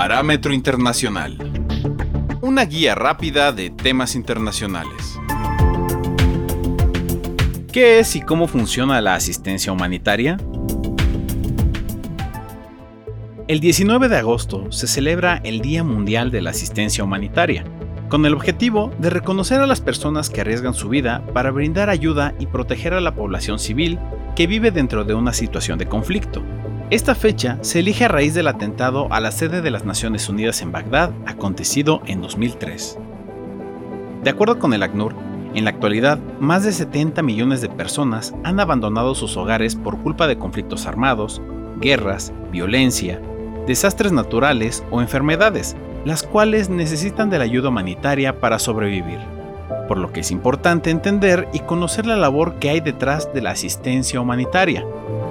Parámetro Internacional. Una guía rápida de temas internacionales. ¿Qué es y cómo funciona la asistencia humanitaria? El 19 de agosto se celebra el Día Mundial de la Asistencia Humanitaria, con el objetivo de reconocer a las personas que arriesgan su vida para brindar ayuda y proteger a la población civil que vive dentro de una situación de conflicto. Esta fecha se elige a raíz del atentado a la sede de las Naciones Unidas en Bagdad, acontecido en 2003. De acuerdo con el ACNUR, en la actualidad, más de 70 millones de personas han abandonado sus hogares por culpa de conflictos armados, guerras, violencia, desastres naturales o enfermedades, las cuales necesitan de la ayuda humanitaria para sobrevivir, por lo que es importante entender y conocer la labor que hay detrás de la asistencia humanitaria.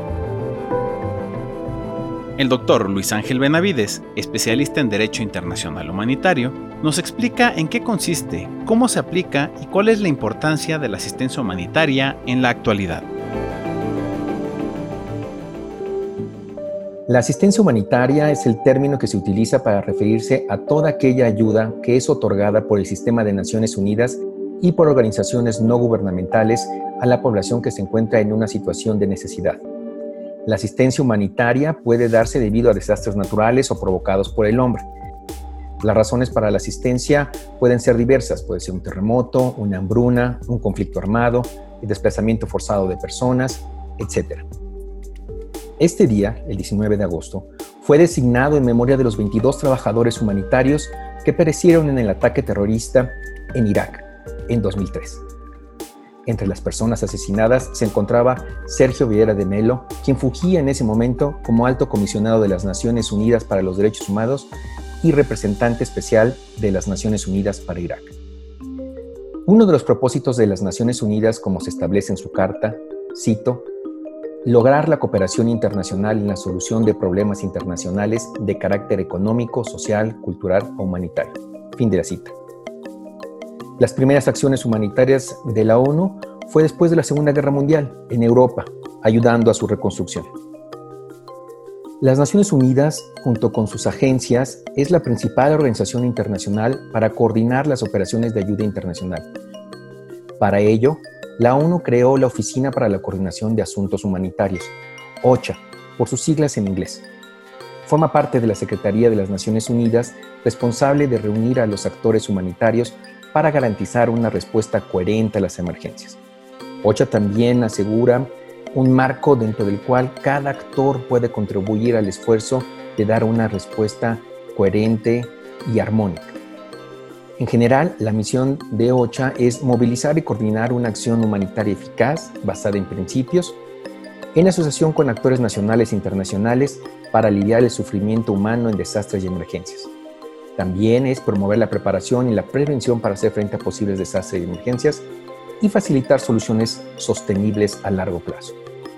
El Dr. Luis Ángel Benavides, especialista en Derecho Internacional Humanitario, nos explica en qué consiste, cómo se aplica y cuál es la importancia de la asistencia humanitaria en la actualidad. La asistencia humanitaria es el término que se utiliza para referirse a toda aquella ayuda que es otorgada por el Sistema de Naciones Unidas y por organizaciones no gubernamentales a la población que se encuentra en una situación de necesidad. La asistencia humanitaria puede darse debido a desastres naturales o provocados por el hombre. Las razones para la asistencia pueden ser diversas. Puede ser un terremoto, una hambruna, un conflicto armado, el desplazamiento forzado de personas, etc. Este día, el 19 de agosto, fue designado en memoria de los 22 trabajadores humanitarios que perecieron en el ataque terrorista en Irak en 2003. Entre las personas asesinadas se encontraba Sergio Vieira de Mello, quien fungía en ese momento como alto comisionado de las Naciones Unidas para los Derechos Humanos y representante especial de las Naciones Unidas para Irak. Uno de los propósitos de las Naciones Unidas, como se establece en su carta, cito, lograr la cooperación internacional en la solución de problemas internacionales de carácter económico, social, cultural o humanitario. Fin de la cita. Las primeras acciones humanitarias de la ONU fue después de la Segunda Guerra Mundial, en Europa, ayudando a su reconstrucción. Las Naciones Unidas, junto con sus agencias, es la principal organización internacional para coordinar las operaciones de ayuda internacional. Para ello, la ONU creó la Oficina para la Coordinación de Asuntos Humanitarios, OCHA, por sus siglas en inglés. Forma parte de la Secretaría de las Naciones Unidas, responsable de reunir a los actores humanitarios para garantizar una respuesta coherente a las emergencias. OCHA también asegura un marco dentro del cual cada actor puede contribuir al esfuerzo de dar una respuesta coherente y armónica. En general, la misión de OCHA es movilizar y coordinar una acción humanitaria eficaz, basada en principios, en asociación con actores nacionales e internacionales para aliviar el sufrimiento humano en desastres y emergencias. También es promover la preparación y la prevención para hacer frente a posibles desastres y emergencias y facilitar soluciones sostenibles a largo plazo.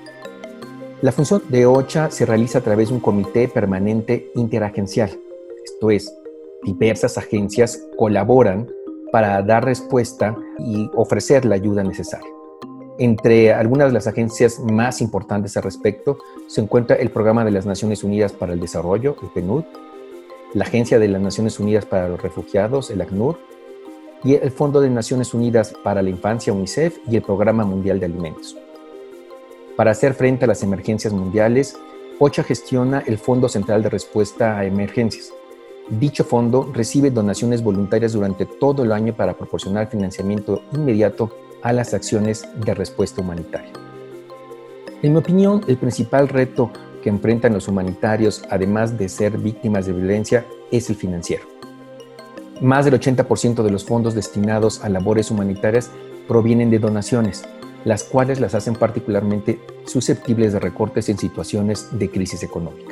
La función de OCHA se realiza a través de un comité permanente interagencial, esto es, diversas agencias colaboran para dar respuesta y ofrecer la ayuda necesaria. Entre algunas de las agencias más importantes al respecto se encuentra el Programa de las Naciones Unidas para el Desarrollo, el PNUD, la Agencia de las Naciones Unidas para los Refugiados, el ACNUR, y el Fondo de Naciones Unidas para la Infancia, UNICEF, y el Programa Mundial de Alimentos. Para hacer frente a las emergencias mundiales, OCHA gestiona el Fondo Central de Respuesta a Emergencias. Dicho fondo recibe donaciones voluntarias durante todo el año para proporcionar financiamiento inmediato a las acciones de respuesta humanitaria. En mi opinión, el principal reto que enfrentan los humanitarios, además de ser víctimas de violencia, es el financiero. Más del 80% de los fondos destinados a labores humanitarias provienen de donaciones, las cuales las hacen particularmente susceptibles de recortes en situaciones de crisis económica.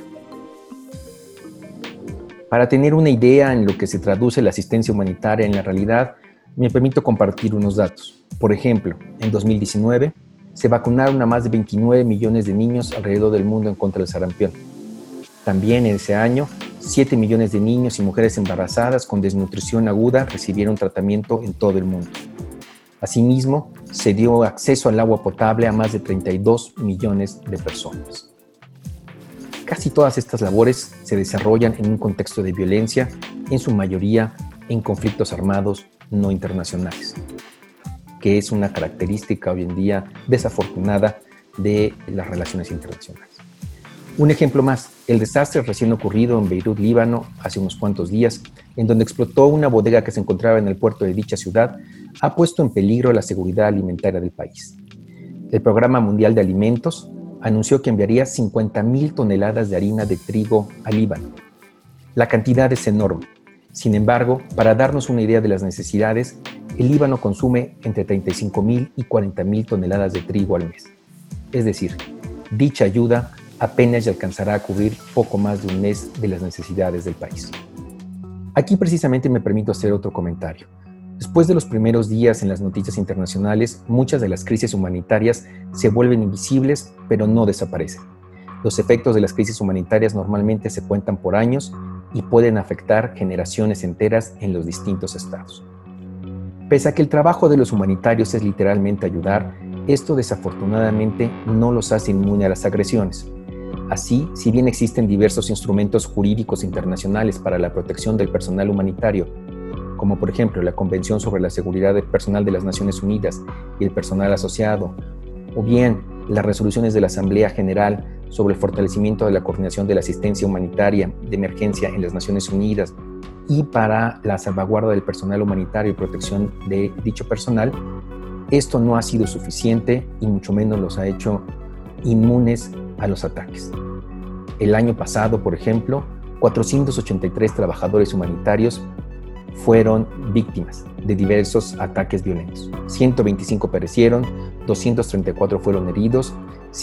Para tener una idea en lo que se traduce la asistencia humanitaria en la realidad, me permito compartir unos datos. Por ejemplo, en 2019 se vacunaron a más de 29 millones de niños alrededor del mundo en contra del sarampión. También en ese año, 7 millones de niños y mujeres embarazadas con desnutrición aguda recibieron tratamiento en todo el mundo. Asimismo, se dio acceso al agua potable a más de 32 millones de personas. Casi todas estas labores se desarrollan en un contexto de violencia, en su mayoría en conflictos armados no internacionales, que es una característica hoy en día desafortunada de las relaciones internacionales. Un ejemplo más, el desastre recién ocurrido en Beirut, Líbano, hace unos cuantos días, en donde explotó una bodega que se encontraba en el puerto de dicha ciudad, ha puesto en peligro la seguridad alimentaria del país. El Programa Mundial de Alimentos anunció que enviaría 50,000 toneladas de harina de trigo a Líbano. La cantidad es enorme. Sin embargo, para darnos una idea de las necesidades, el Líbano consume entre 35,000 y 40,000 toneladas de trigo al mes. Es decir, dicha ayuda apenas alcanzará a cubrir poco más de un mes de las necesidades del país. Aquí precisamente me permito hacer otro comentario. Después de los primeros días en las noticias internacionales, muchas de las crisis humanitarias se vuelven invisibles, pero no desaparecen. Los efectos de las crisis humanitarias normalmente se cuentan por años y pueden afectar generaciones enteras en los distintos estados. Pese a que el trabajo de los humanitarios es literalmente ayudar, esto desafortunadamente no los hace inmunes a las agresiones. Así, si bien existen diversos instrumentos jurídicos internacionales para la protección del personal humanitario, como por ejemplo la Convención sobre la Seguridad del Personal de las Naciones Unidas y el personal asociado, o bien las resoluciones de la Asamblea General sobre el fortalecimiento de la coordinación de la asistencia humanitaria de emergencia en las Naciones Unidas y para la salvaguarda del personal humanitario y protección de dicho personal, esto no ha sido suficiente y mucho menos los ha hecho inmunes a los ataques. El año pasado, por ejemplo, 483 trabajadores humanitarios fueron víctimas de diversos ataques violentos. 125 perecieron, 234 fueron heridos,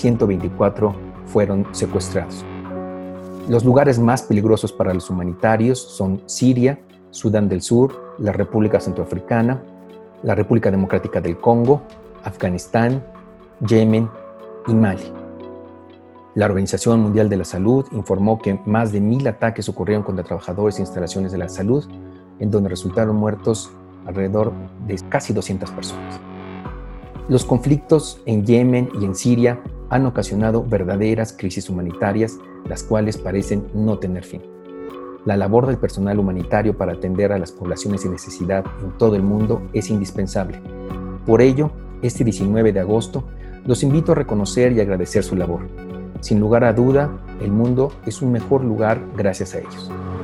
124 fueron secuestrados. Los lugares más peligrosos para los humanitarios son Siria, Sudán del Sur, la República Centroafricana, la República Democrática del Congo, Afganistán, Yemen y Mali. La Organización Mundial de la Salud informó que más de 1,000 ataques ocurrieron contra trabajadores e instalaciones de la salud, en donde resultaron muertos alrededor de casi 200 personas. Los conflictos en Yemen y en Siria han ocasionado verdaderas crisis humanitarias, las cuales parecen no tener fin. La labor del personal humanitario para atender a las poblaciones en necesidad en todo el mundo es indispensable. Por ello, este 19 de agosto, los invito a reconocer y agradecer su labor. Sin lugar a duda, el mundo es un mejor lugar gracias a ellos.